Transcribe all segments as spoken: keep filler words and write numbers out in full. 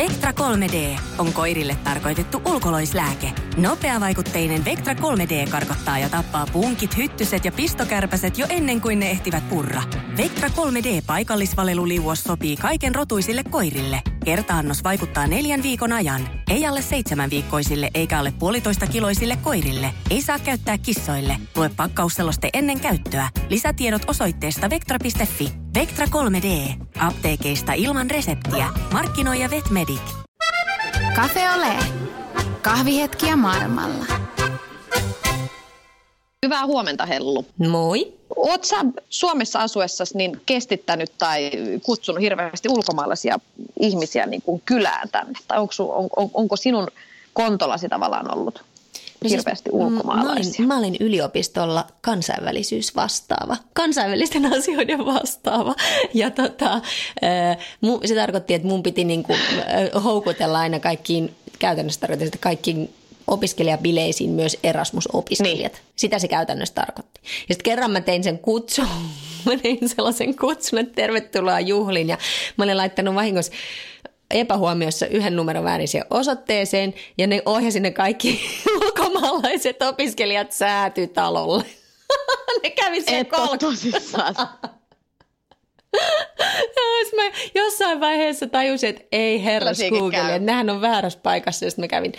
Vectra kolme D on koirille tarkoitettu ulkoloislääke. Nopeavaikutteinen Vectra kolme D karkottaa ja tappaa punkit, hyttyset ja pistokärpäset jo ennen kuin ne ehtivät purra. Vectra kolme D paikallisvaleluliuos sopii kaiken rotuisille koirille. Kertaannos vaikuttaa neljän viikon ajan. Ei alle seitsemän viikkoisille eikä alle puolitoista kiloisille koirille. Ei saa käyttää kissoille. Lue pakkausseloste ennen käyttöä. Lisätiedot osoitteesta vectra piste fi. Vectra kolme D. Apteekeista ilman reseptiä. Markkinoija Vetmedic. Cafe Ole. Kahvihetkiä maailmalla. Hyvää huomenta, Hellu. Moi. Oot sä Suomessa asuessasi niin kestittänyt tai kutsunut hirveästi ulkomaalaisia ihmisiä niin kuin kylään tänne? Tai onko, on, on, onko sinun kontollasi tavallaan ollut no hirveästi siis, ulkomaalaisia? Mä olin, mä olin yliopistolla kansainvälisyys vastaava, kansainvälisten asioiden vastaava. Ja tota, se tarkoitti, että mun piti niinku houkutella aina kaikkiin, käytännössä tarkoitti, että kaikkiin opiskelijabileisiin myös Erasmus-opiskelijat. Niin. Sitä se käytännössä tarkoitti. Ja sitten kerran mä tein sen kutsun, mä tein sellaisen kutsun, että tervetuloa juhliin. Ja mä olin laittanut vahingossa epähuomiossa yhden numeron väärin siihen osoitteeseen. Ja ne ohjasi ne kaikki ulkomaalaiset opiskelijat Säätytalolle. Ne kävi sen kolkosissaan. Mä jossain vaiheessa tajusin, että ei herras Google, että nehän on väärässä paikassa. Ja sitten mä kävin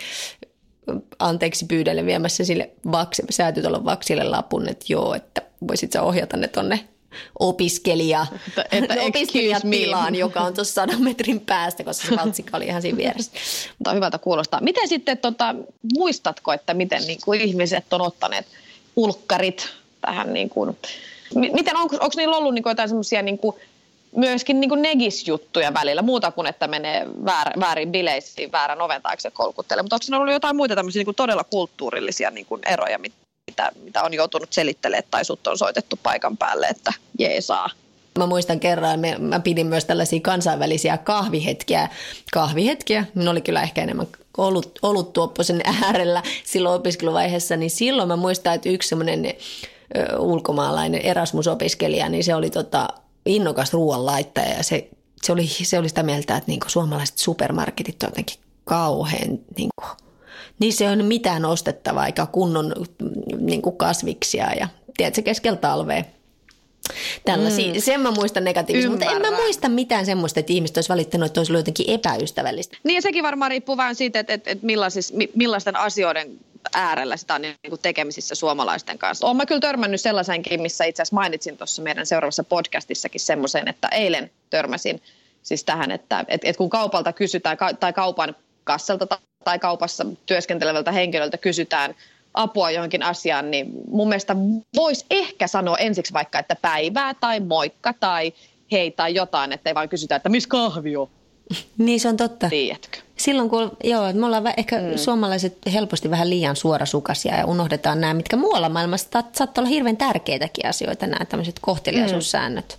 anteeksi pyydelle viemässä sille vaks, Säätytalon vaksille lapun, että joo, että voisit sä ohjata ne tonne opiskelija, että, että opiskelijatilaan, joka on tuossa sadan metrin päästä, koska se katsikka oli ihan siinä vieressä. Mutta hyvältä kuulostaa. Miten sitten, tota, muistatko, että miten niin kuin ihmiset on ottaneet ulkkarit tähän, niin kuin, miten, onko, onko niillä ollut niin kuin jotain semmoisia niin kuin myöskin niin kuin negisjuttuja välillä, muuta kuin että menee väär, väärin bileisiin, väärän oven taakse kolkuttelemaan. Mutta onko siinä ollut jotain muita tämmöisiä niin kuin todella kulttuurillisia niin kuin eroja, mitä, mitä on joutunut selittelemään tai sut on soitettu paikan päälle, että jeesaa? Mä muistan kerran, mä pidin myös tällaisia kansainvälisiä kahvihetkiä. Kahvihetkiä, ne oli kyllä ehkä enemmän olut, oluttuoppoisen äärellä silloin opiskeluvaiheessa, niin silloin mä muistan, että yksi semmoinen ö, ulkomaalainen Erasmus-opiskelija, niin se oli tota innokas ruoanlaittaja ja se, se, oli, se oli sitä mieltä, että niinku suomalaiset supermarketit on jotenkin kauhean, niinku, niissä ei ole mitään ostettavaa eikä kunnon niinku kasviksia ja tiedätkö, keskellä talvea. Tällaisia, mm. Sen mä muistan negatiivisesti, mutta en mä muista mitään semmoista, että ihmiset olisi valittanut, että olisi ollut jotenkin epäystävällistä. Niin ja sekin varmaan riippuu vähän siitä, että, että, että millaisten asioiden äärellä sitä on niin kuin tekemisissä suomalaisten kanssa. Olen mä kyllä törmännyt sellaisenkin, missä itse asiassa mainitsin tuossa meidän seuraavassa podcastissakin semmoisen, että eilen törmäsin siis tähän, että, että, että kun kaupalta kysytään tai kaupan kassalta tai kaupassa työskentelevältä henkilöltä kysytään apua johonkin asiaan, niin mun mielestä voisi ehkä sanoa ensiksi vaikka, että päivää tai moikka tai hei tai jotain, ettei vaan kysytä, että missä kahvi on. Niin se on totta. Tiedätkö? Silloin kun, joo, me ollaan ehkä mm. suomalaiset helposti vähän liian suorasukaisia ja unohdetaan nämä, mitkä muualla maailmassa saattaa olla hirveän tärkeitäkin asioita, nämä tämmöiset kohteliaisuussäännöt.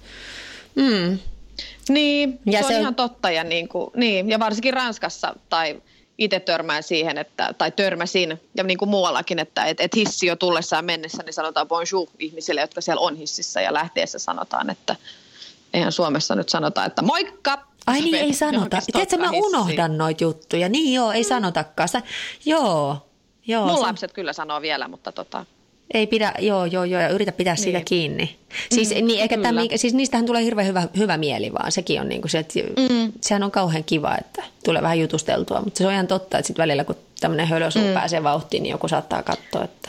Mm. Niin, ja se on se ihan totta ja, niin kuin, niin, ja varsinkin Ranskassa tai itse törmään siihen, että, tai törmäsin, ja niin kuin muuallakin, että et, et hissi jo tullessaan mennessä, niin sanotaan bonjour ihmisille, jotka siellä on hississä, ja lähtiessä sanotaan, että eihän Suomessa nyt sanota, että moikka! Ai niin, ei sanota. Tiedätkö, mä unohdan noita juttuja. Niin joo, ei mm. sanotakaan. Sä, joo, joo. Mun se... lapset kyllä sanoo vielä, mutta tota... Ei pidä, joo, joo, joo, ja yritä pitää niin. siitä kiinni. Siis, mm, niin, eikä tämän, siis niistähän tulee hirveän hyvä, hyvä mieli vaan, sekin on niin kuin se, että mm. sehän on kauhean kiva, että tulee vähän jutusteltua, mutta se on ihan totta, että sitten välillä kun tämmöinen hölösuu mm. pääsee vauhtiin, niin joku saattaa katsoa, että...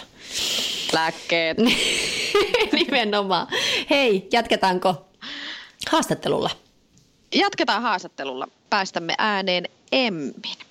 Lääkkeet. Nimenomaan. Hei, jatketaanko haastattelulla? Jatketaan haastattelulla. Päästämme ääneen Emmin.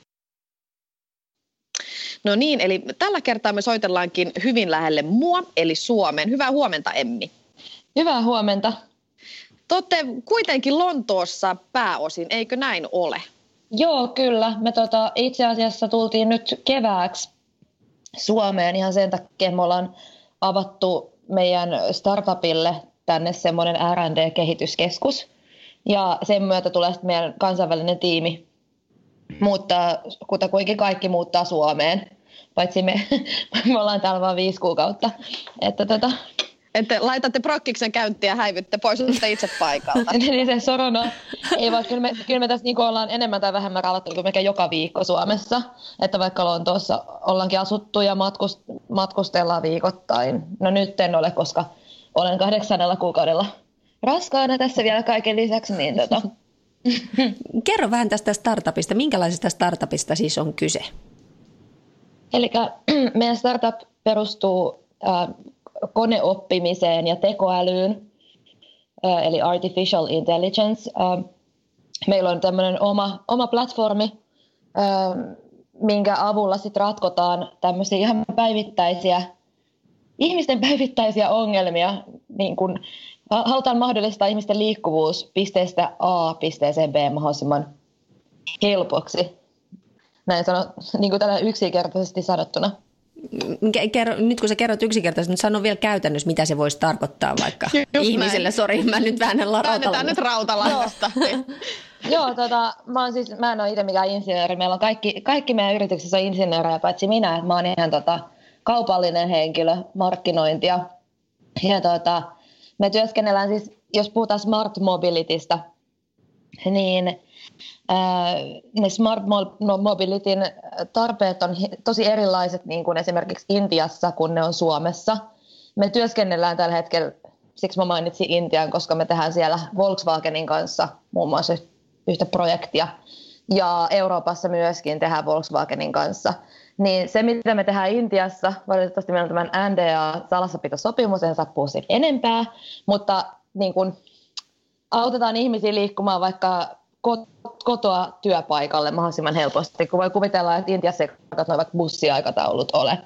No niin, eli tällä kertaa me soitellaankin hyvin lähelle mua, eli Suomen. Hyvää huomenta, Emmi. Hyvää huomenta. Te olette kuitenkin Lontoossa pääosin, eikö näin ole? Joo, kyllä. Me tota, itse asiassa tultiin nyt kevääksi Suomeen ihan sen takia, me ollaan avattu meidän startupille tänne semmoinen R and D-kehityskeskus. Ja sen myötä tulee sitten meidän kansainvälinen tiimi muuttaa, kutakuinkin kaikki muuttaa Suomeen, paitsi me, me ollaan täällä vain viisi kuukautta. Että tota. Että laitatte prokkiksen käyntiin ja häivytte pois itse paikalta. Niin se sorona. Ei vaan, kyllä me, kyllä me tässä niin ollaan enemmän tai vähemmän rauhoittu kuin melkein joka viikko Suomessa. Että vaikka Lontoossa ollaankin asuttu ja matkust, matkustellaan viikoittain. No nyt en ole, koska olen kahdeksannella kuukaudella raskaana tässä vielä kaiken lisäksi. Niin tota. Kerro vähän tästä startupista. Minkälaisesta startupista siis on kyse? Eli meidän startup perustuu äh, koneoppimiseen ja tekoälyyn, äh, eli artificial intelligence. Äh, meillä on tämmöinen oma, oma platformi, äh, minkä avulla sit ratkotaan tämmöisiä ihan päivittäisiä, ihmisten päivittäisiä ongelmia. Niin kun halutaan mahdollistaa ihmisten liikkuvuus pisteestä A pisteeseen B mahdollisimman helpoksi. Näin sano, niin kuin tällä yksinkertaisesti sanottuna. Kerro, nyt kun sä kerrot yksinkertaisesti, niin sano vielä käytännössä, mitä se voisi tarkoittaa vaikka just ihmiselle. Sori, mä nyt väännän rautalangasta. Väännetään nyt rautalangasta. Joo, tota, mä, oon siis, mä en ole itse mikään insinööri. Meillä on kaikki, kaikki meidän yrityksessä on insinöörejä, paitsi minä. Mä oon ihan tota, kaupallinen henkilö, markkinointia. Ja tota, me työskennellään siis, jos puhutaan smart mobilitystä, niin ää, ne smart mobilityn tarpeet on tosi erilaiset niin kuin esimerkiksi Intiassa, kun ne on Suomessa. Me työskennellään tällä hetkellä, siksi mä mainitsin Intian, koska me tehdään siellä Volkswagenin kanssa muun muassa yhtä projektia. Ja Euroopassa myöskin tehdään Volkswagenin kanssa. Niin se, mitä me tehdään Intiassa, valitettavasti meillä on tämän N D A-salassapitosopimus, en saa puhua siitä enempää, mutta niin kun autetaan ihmisiä liikkumaan vaikka kotoa työpaikalle mahdollisimman helposti, kun voi kuvitella, että Intiassa ei noin bussiaikataulut ole.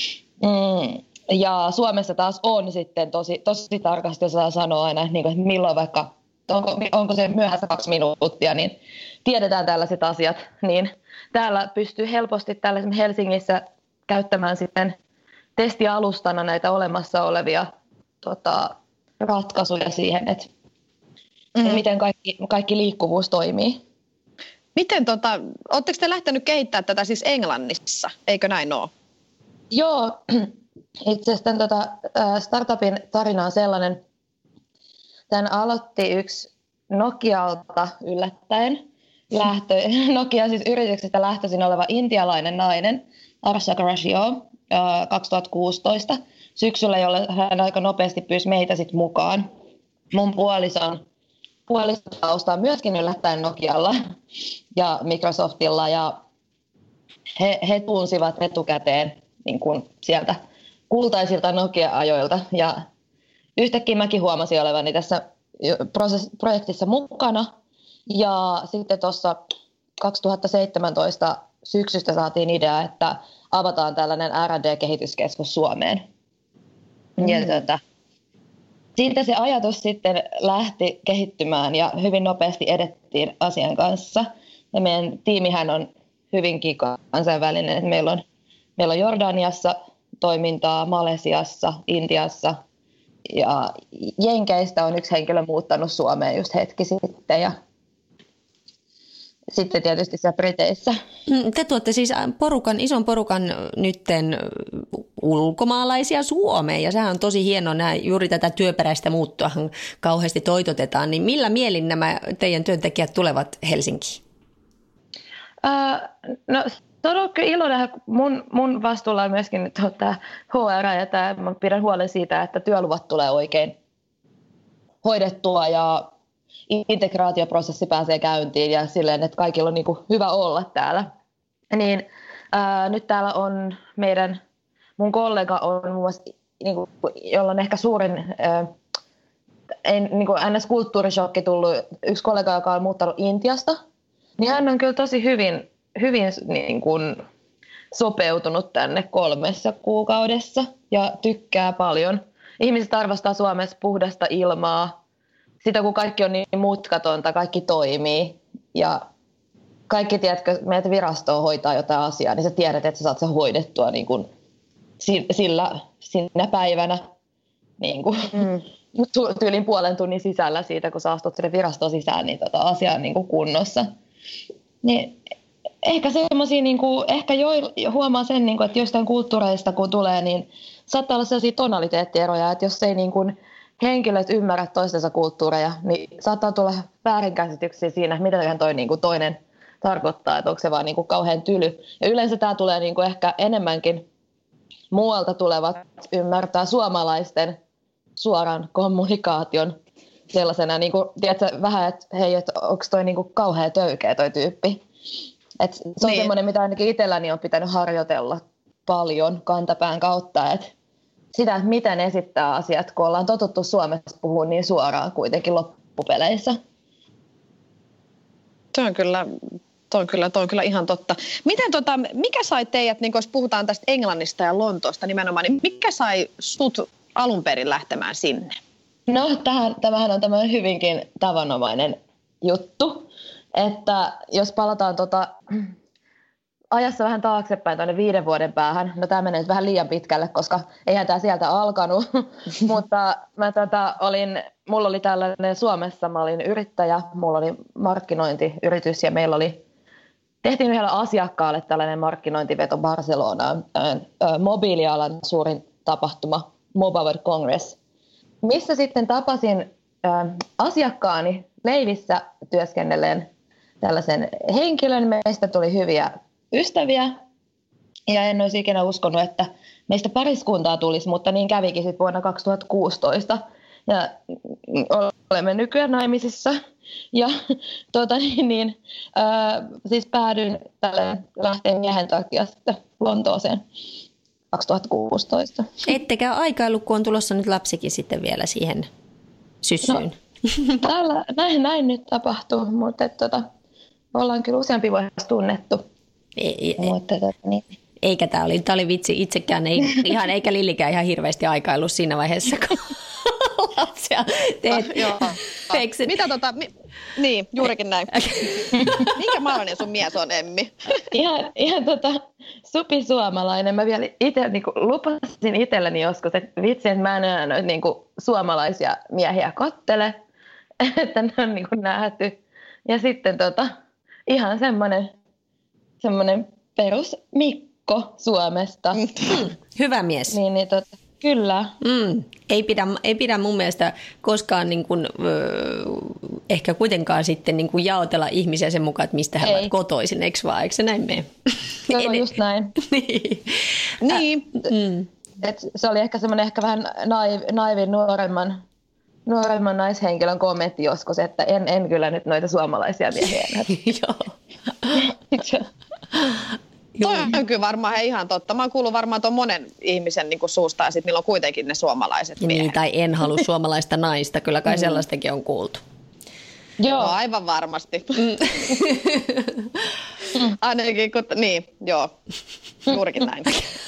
Mm. Ja Suomessa taas on sitten tosi, tosi tarkasti, jos saa sanoa aina, niin kuin, että milloin vaikka, onko, onko se myöhässä kaksi minuuttia, niin tiedetään tällaiset asiat, niin täällä pystyy helposti täällä Helsingissä käyttämään sitten testialustana näitä olemassa olevia tota, ratkaisuja siihen, että mm-hmm. miten kaikki, kaikki liikkuvuus toimii. Miten tota, ootteko te lähtenyt kehittämään tätä siis Englannissa, eikö näin ole? Joo, itse asiassa tota, startupin tarina on sellainen, tämän aloitti yksi Nokialta yllättäen. Lähtö, Nokia siis yrityksestä lähtöisin oleva intialainen nainen, Arsha Grashio, kaksituhattakuusitoista syksyllä, jolle hän aika nopeasti pyysi meitä sit mukaan. Mun puolison, puolison tausta on myöskin yllättäen Nokialla ja Microsoftilla, ja he, he tunsivat etukäteen niin kuin sieltä kultaisilta Nokia-ajoilta, ja yhtäkkiä mäkin huomasin olevani tässä projektissa mukana. Ja sitten tuossa kaksituhattaseitsemäntoista syksystä saatiin idea, että avataan tällainen R and D-kehityskeskus Suomeen. Mm. Ja tuota, siitä se ajatus sitten lähti kehittymään ja hyvin nopeasti edettiin asian kanssa. Ja meidän tiimihän on hyvinkin kansainvälinen. Että meillä, on, meillä on Jordaniassa toimintaa, Malesiassa, Intiassa ja Jenkeistä on yksi henkilö muuttanut Suomeen just hetki sitten ja sitten tietysti siellä Briteissä. Te tuotte siis porukan, ison porukan nytten ulkomaalaisia Suomeen, ja sehän on tosi hienoa, nämä, juuri tätä työperäistä muuttoa kauheasti toitotetaan, niin millä mielin nämä teidän työntekijät tulevat Helsinkiin? Uh, no se on ollut kyllä ilo nähdä, mun, mun vastuulla on myöskin tämä H R, ja tämä, mä pidän huolen siitä, että työluvat tulee oikein hoidettua ja integraatioprosessi pääsee käyntiin ja silleen, että kaikilla on niin kuin hyvä olla täällä. Niin, ää, nyt täällä on meidän, mun kollega on muun muassa, niin kuin, jolla on ehkä suurin, ää, ei, niin kuin N S-kulttuurishokki tullut, yksi kollega, joka on muuttanut Intiasta, niin hän on kyllä tosi hyvin, hyvin niin kuin, sopeutunut tänne kolmessa kuukaudessa ja tykkää paljon. Ihmiset arvostaa Suomessa puhdasta ilmaa, sitä kun kaikki on niin mutkatonta, kaikki toimii ja kaikki tiedätkö, meitä virastoa hoitaa jotain asiaa, niin sä tiedät, että sä saat sen hoidettua niin kuin sillä, sinä päivänä niin kuin, mm. tyylin puolen tunnin sisällä siitä, kun sä astut sinne virastoon sisään, niin tota asia on niin kuin kunnossa. Niin ehkä semmoisia, niin kuin, ehkä jo, huomaa sen, niin kuin, että jostain kulttuureista kun tulee, niin saattaa olla sellaisia tonaliteettieroja, että jos ei niin kuin henkilöt ymmärrä toistensa kulttuureja, niin saattaa tulla väärinkäsityksiä siinä, mitä toi niin kuin toinen tarkoittaa, että onko se vaan niin kuin kauhean tyly. Ja yleensä tämä tulee niin kuin ehkä enemmänkin muualta tulevat ymmärtää suomalaisten suoran kommunikaation sellaisena, niin kuin, tiedätkö, vähän, että hei, että onko toi niin kuin kauhean töykeä toi tyyppi. Et se on niin. Semmoinen, mitä ainakin itselläni on pitänyt harjoitella paljon kantapään kautta, että sitä, että miten esittää asiat, kun ollaan totuttu Suomessa puhua niin suoraan kuitenkin loppupeleissä. Se on kyllä, toi on kyllä, toi on kyllä ihan totta. Miten tota, mikä sai teidät, niin jos puhutaan tästä Englannista ja Lontoosta nimenomaan, niin mikä sai sut alun perin lähtemään sinne? No, tähän, tämähän on tämmöinen hyvinkin tavanomainen juttu, että jos palataan tota, ajassa vähän taaksepäin tuonne viiden vuoden päähän, no tämä menee nyt vähän liian pitkälle, koska eihän tämä sieltä alkanut, mutta mä tota, olin, mulla oli tällainen Suomessa, mä olin yrittäjä, mulla oli markkinointiyritys ja meillä oli, tehtiin yhdellä asiakkaalle tällainen markkinointiveto Barcelonaan, ää, ää, mobiilialan suurin tapahtuma, Mobile World Congress, missä sitten tapasin ää, asiakkaani Leivissä työskennelleen tällaisen henkilön, meistä tuli hyviä ystäviä ja en olisi ikinä uskonut, että meistä pariskuntaa tulisi, mutta niin kävikin sitten vuonna kaksituhattakuusitoista ja olemme nykyään naimisissa ja tuota, niin, niin, ää, siis päädyin tälle lähteen miehen takia sitten Lontooseen kaksituhattakuusitoista. Ettekä aikailu, kun on tulossa nyt lapsikin sitten vielä siihen syssyyn. No, täällä, näin, näin nyt tapahtuu, mutta et, tota, ollaan kyllä useampi vuodessa tunnettu. Ei, mutta, tota, niin. Eikä tämä oli, tämä oli vitsi itsekään, ei, ihan, eikä Lillikään ihan hirveästi aikailu siinä vaiheessa, kun lapsia teet. Ah, joo. Mitä tota, mi, niin, juurikin näin. Minkä maalainen sun mies on, Emmi? Ihan, ihan tota, supisuomalainen. Mä vielä itse niin kuin lupasin itselleni joskus, että vitsi, että mä en enää niin kuin suomalaisia miehiä kattele, että ne on niin kuin nähty. Ja sitten tota, ihan semmoinen semmoinen perus Mikko Suomesta. Mm, hyvä mies. Niin, niin tota, kyllä. Mm, ei, pidä, ei pidä mun mielestä koskaan niin kuin, öö, ehkä kuitenkaan sitten niin kuin jaotella ihmisiä sen mukaan, että mistä he ovat kotoisin, eikö vaan? Eikö se näin mene? Se on just näin. niin. niin. Mm. Et se oli ehkä semmoinen ehkä vähän naiv, naivin nuoremman, nuoremman naishenkilön kommentti joskus, että en, en kyllä nyt noita suomalaisia miehiä. Joo. Toi on kyllä varmaan he ihan totta. Mä oon kuullut varmaan tuon monen ihmisen niin kuin suusta ja sitten niillä on kuitenkin ne suomalaiset miehet. Niin, tai en halua suomalaista naista. Kyllä kai sellaistakin on kuultu. Joo, no, aivan varmasti. Ainakin kun, niin, joo, juurikin näin.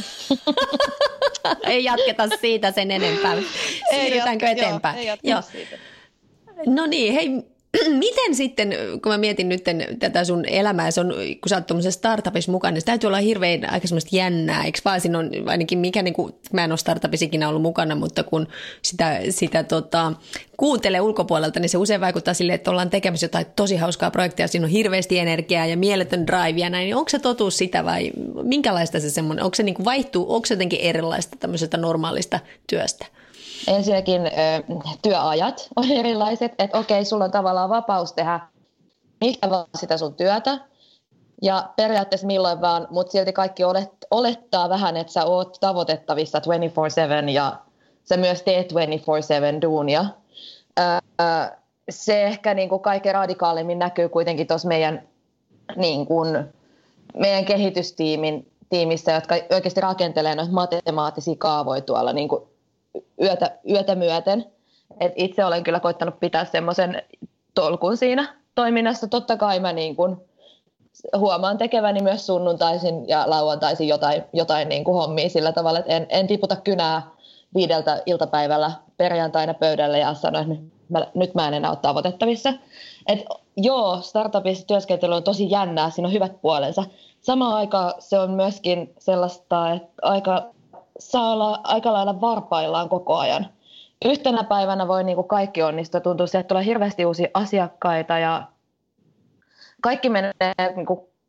Ei jatketa siitä sen enempää. Siirrytäänkö eteenpäin? Joo, ei jatketa joo. siitä. No niin, hei. Miten sitten, kun mä mietin nyt tätä sun elämää, se on, kun sä oot tuollaisessa startupissa mukana, niin se täytyy olla hirveän aika semmoista jännää, eikö vaan siinä on ainakin mikä, niin kuin, mä en ole startupissa ikinä ollut mukana, mutta kun sitä, sitä tota, kuuntelee ulkopuolelta, niin se usein vaikuttaa silleen, että ollaan tekemässä jotain tosi hauskaa projektia, siinä on hirveästi energiaa ja mieletön drive ja näin, niin onko se totuus sitä vai minkälaista se semmoinen, onko se niin kuin vaihtuu, onko se jotenkin erilaista tämmöisestä normaalista työstä? Ensinnäkin ö, työajat on erilaiset, että okei, sulla on tavallaan vapaus tehdä mikä vaan sitä sun työtä ja periaatteessa milloin vaan, mutta silti kaikki olet, olettaa vähän, että sä oot tavoitettavissa kaksikymmentäneljä seitsemän ja sä myös teet kaksikymmentäneljä seitsemän duunia. Ö, ö, se ehkä niin kuin kaikkein radikaalimmin näkyy kuitenkin tuossa meidän, niin kuin, meidän kehitystiimin tiimissä, jotka oikeasti rakentelee noita matemaattisia kaavoja tuolla niin kuin Yötä, yötä myöten. Et itse olen kyllä koittanut pitää semmoisen tolkun siinä toiminnassa. Totta kai mä niin kun huomaan tekeväni myös sunnuntaisin ja lauantaisin jotain, jotain niin kuin hommia sillä tavalla, että en, en tiputa kynää viideltä iltapäivällä perjantaina pöydälle ja sano, että nyt mä, nyt mä en enää ole tavoitettavissa. Et joo, startupissa työskentely on tosi jännää, siinä on hyvät puolensa. Samaan aikaan se on myöskin sellaista, että aika saa olla aika lailla varpaillaan koko ajan. Yhtenä päivänä voi niin kuin kaikki onnistua. Tuntuu, että tulee hirveästi uusia asiakkaita ja kaikki menee niin kuin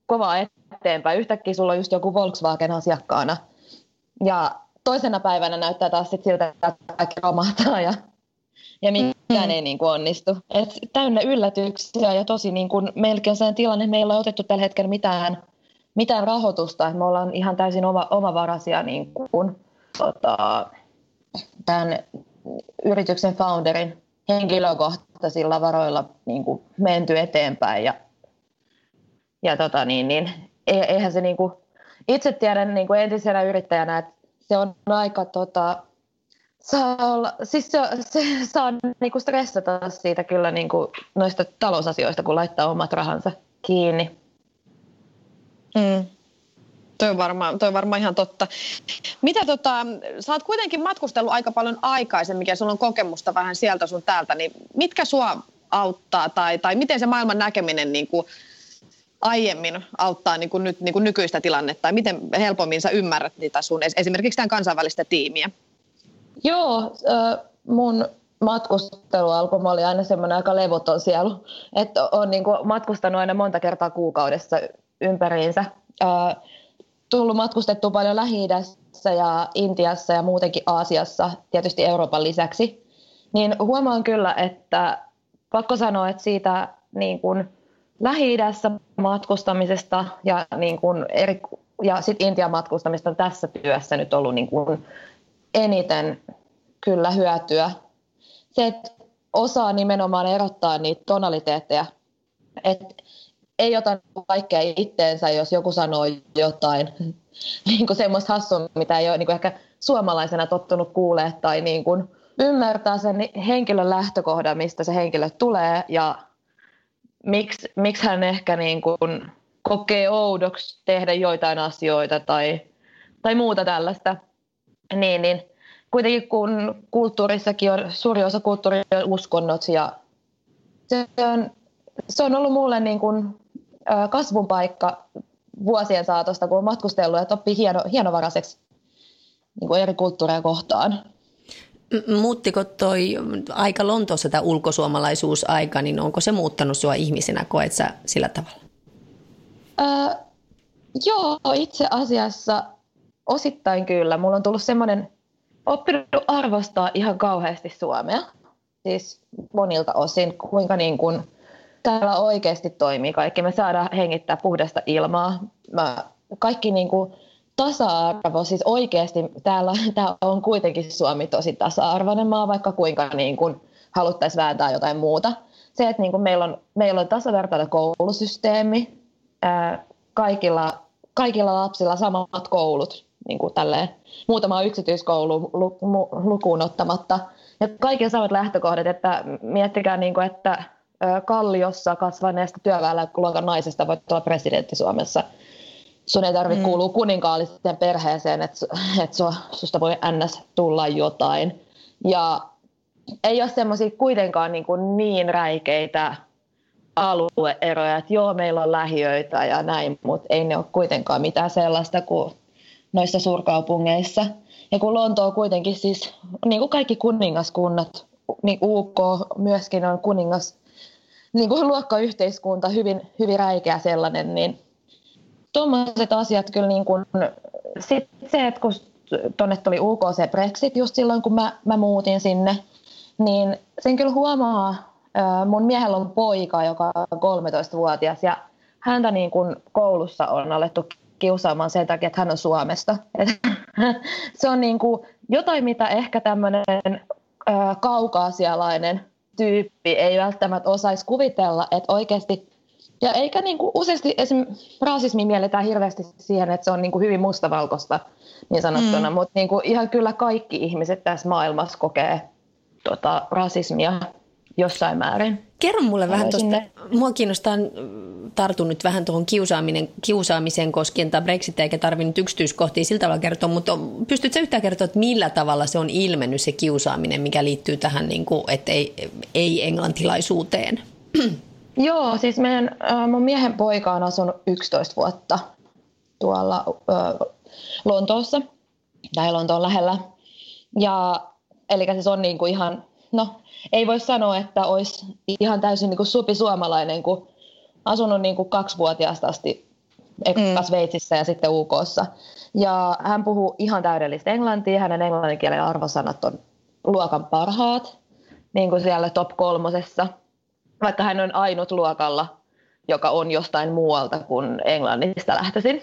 kovaa eteenpäin. Yhtäkkiä sulla on just joku Volkswagen asiakkaana ja toisena päivänä näyttää taas sit siltä, että kaikki romahtaa ja, ja mikään mm. ei niin kuin onnistu. Et täynnä yllätyksiä ja tosi niin kuin melkein sellainen tilanne, meillä ei otettu tällä hetkellä mitään, mitään rahoitusta. Et me ollaan ihan täysin oma, omavaraisia niin kuin, tota, tämän yrityksen founderin henkilökohtaisilla varoilla niin kuin menty eteenpäin. Ja, ja tota niin, niin, eihän se niin kuin, itse tiedän niin kuin entisenä yrittäjänä, että se on aika, tota, saa olla, siis se, se saa niinku stressata siitä kyllä niinku noista talousasioista, kun laittaa omat rahansa kiinni. Mm. Toi on varmaan varma ihan totta. Mitä tota, sä oot kuitenkin matkustellut aika paljon aikaisemmin, ja sulla on kokemusta vähän sieltä sun täältä, niin mitkä sua auttaa, tai, tai miten se maailman näkeminen niinku aiemmin auttaa niin kuin nyt, niin kuin nykyistä tilannetta, tai miten helpommin sä ymmärrät niitä sun, esimerkiksi tämän kansainvälistä tiimiä? Joo, mun matkustelu alkoi, mä olin aina semmoinen aika levoton sielu, että olen niin kuin matkustanut aina monta kertaa kuukaudessa ympäriinsä. Tullut matkustettua paljon Lähi-idässä ja Intiassa ja muutenkin Aasiassa, tietysti Euroopan lisäksi. Niin huomaan kyllä, että pakko sanoa, että siitä niin kuin Lähi-idässä matkustamisesta ja, niin kuin eri, ja sitten Intian matkustamista on tässä työssä nyt ollut niin kuin eniten kyllä hyötyä. Se, että osaa nimenomaan erottaa niitä tonaliteetteja, että ei ota kaikkea itteensä, jos joku sanoo jotain niin kuin semmoista hassua, mitä ei ole niin kuin ehkä suomalaisena tottunut kuulee, tai niin kuin ymmärtää sen henkilön lähtökohdan, mistä se henkilö tulee, ja miksi, miksi hän ehkä niin kuin kokee oudoksi tehdä joitain asioita tai, tai muuta tällaista. Niin, niin kuitenkin kun kulttuurissakin on suuri osa kulttuuria uskonnot, ja se on, se on ollut mulle niin kuin kasvun paikka vuosien saatosta, kun on matkustellut, että oppii hieno, hienovaraiseksi niin kuin eri kulttuureja kohtaan. Muuttiko toi aika Lontoossa tämä ulkosuomalaisuusaika, niin onko se muuttanut sua ihmisenä, koet sä sillä tavalla? Öö, joo, itse asiassa osittain kyllä. Mulla on tullut semmoinen, oppinut arvostaa ihan kauheasti Suomea, siis monilta osin, kuinka niin kuin täällä oikeasti toimii kaikki. Me saadaan hengittää puhdasta ilmaa. Mä, kaikki niin kuin tasa-arvo, siis oikeasti täällä, täällä on kuitenkin Suomi tosi tasa-arvoinen maa, vaikka kuinka niin kuin haluttaisiin vääntää jotain muuta. Se, että niin kuin meillä on, meillä on tasavertainen koulusysteemi, ää, kaikilla, kaikilla lapsilla samat koulut, niin kuin tälleen, muutama yksityiskoulu lukuun ottamatta. Ja kaikilla samat lähtökohdat, että miettikää, niin kuin, että Kalliossa kasvaneesta työväenluokan naisesta voit olla presidentti Suomessa. Sun ei tarvitse mm. kuulua kuninkaalliseen perheeseen, että, että susta voi ns. Tulla jotain. Ja ei ole semmoisia kuitenkaan niin, kuin niin räikeitä alueeroja, että joo, meillä on lähiöitä ja näin, mutta ei ne ole kuitenkaan mitään sellaista kuin noissa suurkaupungeissa. Ja kun Lontoo kuitenkin siis, niin kuin kaikki kuningaskunnat, niin U K myöskin on kuningas, niin kuin luokkayhteiskunta, hyvin, hyvin räikeä sellainen, niin tuommoiset asiat kyllä niin kuin, sit se, että kun tuonne tuli U K se Brexit just silloin, kun mä, mä muutin sinne, niin sen kyllä huomaa, mun miehellä on poika, joka on kolmetoistavuotias, ja häntä niin kuin koulussa on alettu kiusaamaan sen takia, että hän on Suomesta. Se on niin kuin jotain, mitä ehkä tämmöinen kaukaasialainen tyyppi ei välttämättä osaisi kuvitella, että oikeasti, ja eikä niin kuin useasti esimerkiksi rasismi mielletään hirveästi siihen, että se on niin kuin hyvin mustavalkoista niin sanottuna, mm. mutta niin kuin ihan kyllä kaikki ihmiset tässä maailmassa kokee tota, rasismia jossain määrin. Kerro mulle vähän tuosta, mua kiinnostaa, tartun nyt vähän tuohon kiusaamiseen koskien tai Brexit, eikä tarvitse nyt yksityiskohtia sillä tavalla kertoa, mutta pystytkö yhtään kertoa, että millä tavalla se on ilmennyt se kiusaaminen, mikä liittyy tähän, niin kuin, että ei, ei englantilaisuuteen? Joo, siis meidän, mun miehen poika on asunut yksitoista vuotta tuolla äh, Lontoossa, tai Lontoon lähellä, ja eli siis on niin kuin ihan, no ei voi sanoa, että olisi ihan täysin niin kuin supi suomalainen, kun asunut niin kuin kaksivuotiaasta asti eka Sveitsissä ja sitten U K:ssa. Ja hän puhuu ihan täydellistä englantia, hänen englannin kielen arvosanat on luokan parhaat, niin kuin siellä top kolmosessa, vaikka hän on ainut luokalla, joka on jostain muualta kuin Englannista lähtöisin.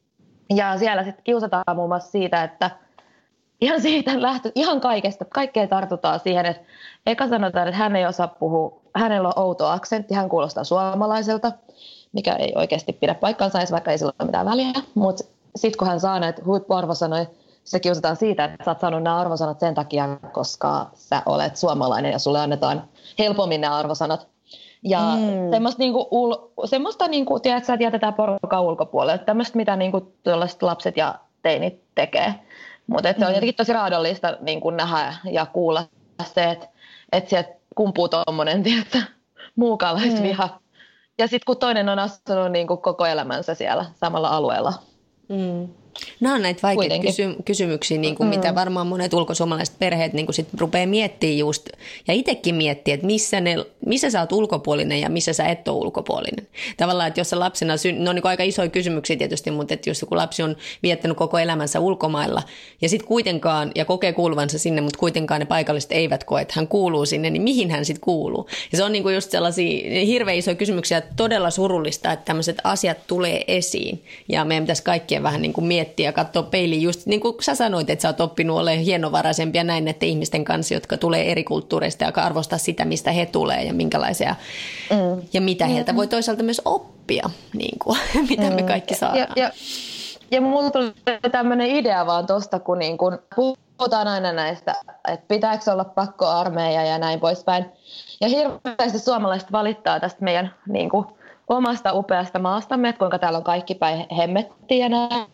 Ja siellä sitten kiusataan muun muassa siitä, että ihan siitä lähtö, ihan kaikesta, kaikkea tartutaan siihen, että eka sanotaan, että hän ei osaa puhua, hänellä on outo aksentti, hän kuulostaa suomalaiselta, mikä ei oikeasti pidä paikkaansa, vaikka ei sillä ole mitään väliä. Mutta sitten kun hän saa näitä huippuarvosanoja, se kiusataan siitä, että sä oot saanut nämä arvosanat sen takia, koska sä olet suomalainen ja sulle annetaan helpommin nämä arvosanat. Ja mm. semmoista, niinku, semmoista niinku, tiedät, sä jätetään porukkaa ulkopuolelle, tämmöistä mitä niinku, lapset ja teinit tekee. Mutta se on mm. jotenkin tosi raadollista niinku, nähdä ja kuulla se, että et sieltä kumpuu tuommoinen muukalaisviha. Mm. Ja sitten kun toinen on asunut niinku, koko elämänsä siellä samalla alueella. Mm. Nämä on näitä vaikeita kysy- kysymyksiä, niin kuin mm. mitä varmaan monet ulkosuomalaiset perheet niin kuin sit rupeaa miettimään just, ja itsekin miettii, että missä, ne, missä sä oot ulkopuolinen ja missä sä et ole ulkopuolinen. Tavallaan, että jos sä lapsena, sy- ne on niin aika isoja kysymyksiä tietysti, mutta että jos joku lapsi on viettänyt koko elämänsä ulkomailla, ja sitten kuitenkaan, ja kokee kuuluvansa sinne, mutta kuitenkaan ne paikalliset eivät koe, että hän kuuluu sinne, niin mihin hän sitten kuuluu? Ja se on niin kuin just sellaisia hirveän isoja kysymyksiä, todella surullista, että tämmöiset asiat tulee esiin, ja meidän pitäisi kaikkien vähän niin kuin miettiä, ja katsoa peiliin just niin kuin sä sanoit, että sä oot oppinut olemaan hienovaraisempia näin näiden ihmisten kanssa, jotka tulee eri kulttuureista ja arvostaa sitä, mistä he tulee ja minkälaisia mm. ja mitä heiltä mm. voi toisaalta myös oppia, niin kuin, mitä mm. me kaikki saadaan. Ja, ja, ja mulla tuli tämmöinen idea vaan tuosta, kun niin kun puhutaan aina näistä, että pitääkö olla pakkoarmeija ja näin poispäin. Ja hirveästi suomalaiset valittaa tästä meidän niin kuin, omasta upeasta maastamme, että kuinka täällä on kaikki päin hemmettiä ja näin.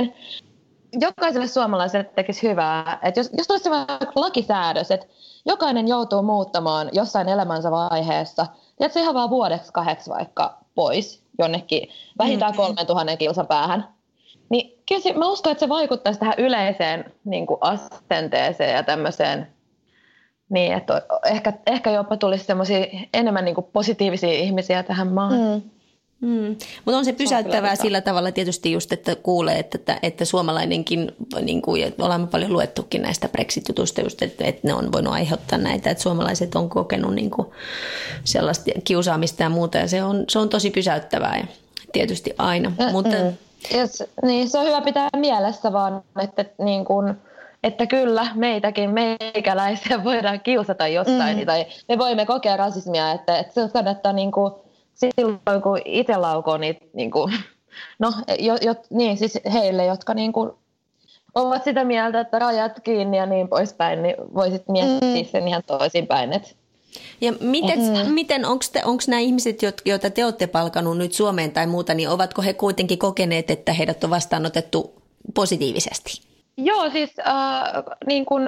Jokaiselle suomalaiselle tekisi hyvää, että jos, jos olisi vaikka lakisäädös, että jokainen joutuu muuttamaan jossain elämänsä vaiheessa, tiedätkö, ihan vaan vuodeksi kahdeksi vaikka pois jonnekin vähintään kolmen tuhannen kilsan päähän, niin kyllä mä uskon, että se vaikuttaisi tähän yleiseen niin kuin asenteeseen ja tämmöiseen, niin että ehkä, ehkä jopa tulisi semmoisia enemmän niin kuin positiivisia ihmisiä tähän maahan. Mm. Mm. Mutta on se pysäyttävää sillä tavalla tietysti just, että kuulee, että, että, että suomalainenkin, niin kuin olemme paljon luettukin näistä Brexit-jutuista just, että, että ne on voinut aiheuttaa näitä, että suomalaiset on kokenut niin kuin sellaista kiusaamista ja muuta ja se on, se on tosi pysäyttävää ja tietysti aina. Mm, Mutta... mm. Yes, niin, se on hyvä pitää mielessä vaan, että, niin kuin, että kyllä meitäkin, meikäläisiä voidaan kiusata jostain mm. tai me voimme kokea rasismia, että, että se kannattaa niin kuin silloin kun itse laukoo niitä, niin kuin, no jo, jo, niin, siis heille, jotka niin kuin, ovat sitä mieltä, että rajat kiinni ja niin poispäin, niin voisit miettiä mm. sen ihan toisinpäin. Että... Ja miten, mm. miten onko nämä ihmiset, joita te olette palkannut nyt Suomeen tai muuta, niin ovatko he kuitenkin kokeneet, että heidät on vastaanotettu positiivisesti? Joo, siis äh, niin kuin,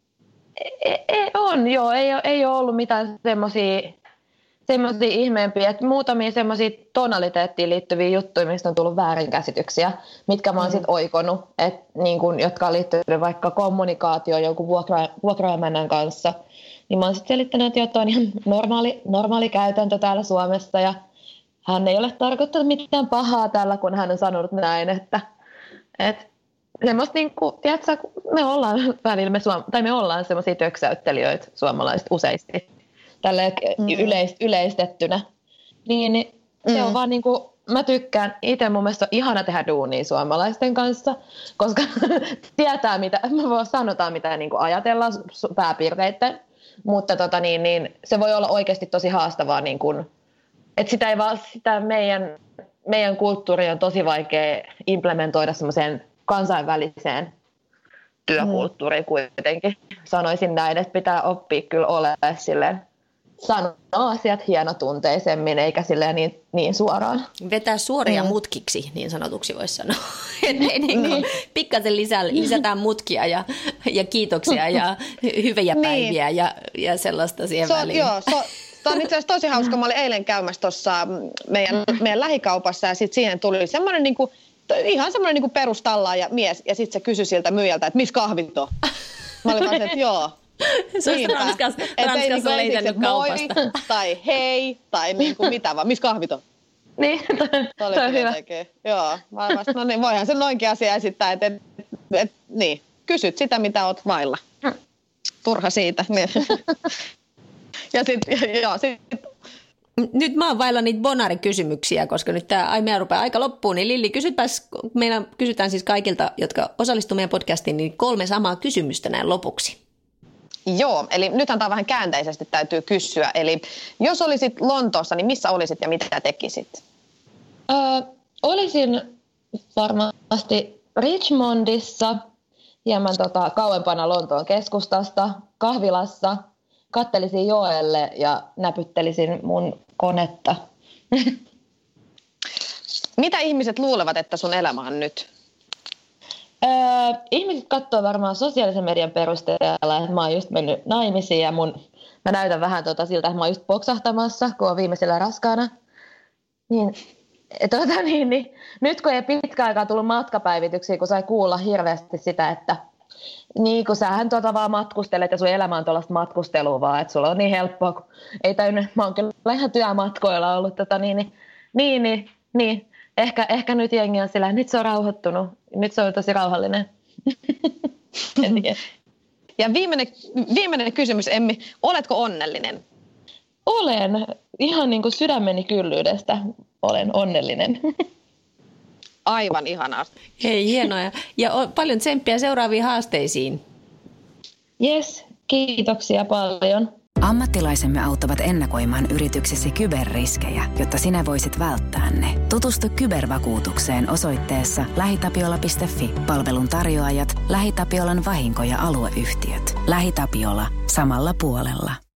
e, e, on, joo, ei, ei ole ollut mitään semmoisia... semmoisia ihmeempiä, että muutamia semmoisia tonaliteettiin liittyviä juttuja, mistä on tullut väärinkäsityksiä, mitkä mä oon mm. sitten oikonut, että niin kun, jotka on liittynyt vaikka kommunikaatioon jonkun vuokra, vuokraemännän kanssa, niin mä oon sitten selittänyt, että jotain ihan normaali, normaali käytäntö täällä Suomessa, ja hän ei ole tarkoittanut mitään pahaa täällä, kun hän on sanonut näin, että, että semmoista niin kuin, tiedätkö, me ollaan välillä, me, suom- tai me ollaan semmoisia töksäyttelijöitä suomalaiset useasti, tälle mm. yleist, yleistettynä, niin, niin mm. se on vaan niin kuin, mä tykkään, itse mun mielestä on ihana tehdä duunia suomalaisten kanssa, koska tietää mitä, me voi sanotaan mitä niin kuin ajatellaan pääpiirteitä, mutta tota, niin, niin, se voi olla oikeasti tosi haastavaa, niin kuin, että sitä ei vaan, sitä meidän, meidän kulttuuri on tosi vaikea implementoida semmoiseen kansainväliseen työkulttuuriin kuitenkin. Sanoisin näin, että pitää oppia kyllä olemaan silleen, sanoa asiat hienotunteisemmin, eikä silleen niin, niin suoraan. Vetää suoria mm. mutkiksi, niin sanotuksi voisi sanoa. niin, niin. Pikkasen lisää, lisätään mutkia ja, ja kiitoksia ja hyviä päiviä niin. ja, ja sellaista siihen so, väliin. Joo, so, tämä on itse asiassa tosi hauska. Mä olin eilen käymässä tuossa meidän, meidän lähikaupassa ja sitten siihen tuli semmoinen niinku, ihan semmoinen niinku perustallaaja mies ja sitten se kysyi siltä myyjältä, että missä kahvit on? Mä olin vaan, että joo. Se olisi Ranskassa, Ranskassa niinku leitännyt kaupasta. Tai hei, tai niinku mitä vaan, missä kahvit on? Niin, toi, toi on hyvä. Jotenkin. Joo, vasta, no niin, voihan se noinkin asia esittää, että et, et, niin, kysyt sitä, mitä oot vailla. Turha siitä. Ja sitten, joo, sit. Nyt mä oon vailla niitä bonarikysymyksiä, koska nyt tämä ai, meidän rupeaa aika loppuun. Niin Lilli, kysytäänpäs, meillä kysytään siis kaikilta, jotka osallistuu meidän podcastiin, niin kolme samaa kysymystä näin lopuksi. Joo, eli nythän tämä vähän käänteisesti täytyy kysyä. Eli jos olisit Lontoossa, niin missä olisit ja mitä tekisit? Ö, olisin varmasti Richmondissa, hieman tota, kauempana Lontoon keskustasta, kahvilassa. Kattelisin joelle ja näpyttelisin mun konetta. Mitä ihmiset luulevat, että sun elämä on nyt? Öö, ihmiset katsoo varmaan sosiaalisen median perusteella, että mä oon just mennyt naimisiin ja mun, mä näytän vähän tota siltä, että mä oon just poksahtamassa, kun oon viimeisellä raskaana. Niin, tota, niin, niin, nyt kun ei pitkä aikaa tullut matkapäivityksiä, kun sai kuulla hirveästi sitä, että niin, kun sähän tuota vaan matkustelet ja sun elämä on tuollaista matkustelua vaan, että sulla on niin helppoa, kun ei täynnä, mä oon kyllä ihan työmatkoilla ollut, tota, niin, niin, niin, niin, niin. Ehkä, ehkä nyt jengi on sillä, nyt se on rauhoittunut, nyt se on tosi rauhallinen. Ja viimeinen, viimeinen kysymys, Emmi, oletko onnellinen? Olen, ihan niin kuin sydämeni kyllyydestä olen onnellinen. Aivan ihanaa. Hei, hienoa. Ja paljon tsemppiä seuraaviin haasteisiin. Yes, kiitoksia paljon. Ammattilaisemme auttavat ennakoimaan yrityksesi kyberriskejä, jotta sinä voisit välttää ne. Tutustu kybervakuutukseen osoitteessa lähitapiola piste fi. Palvelun tarjoajat, LähiTapiolan vahinko- ja alueyhtiöt. LähiTapiola. Samalla puolella.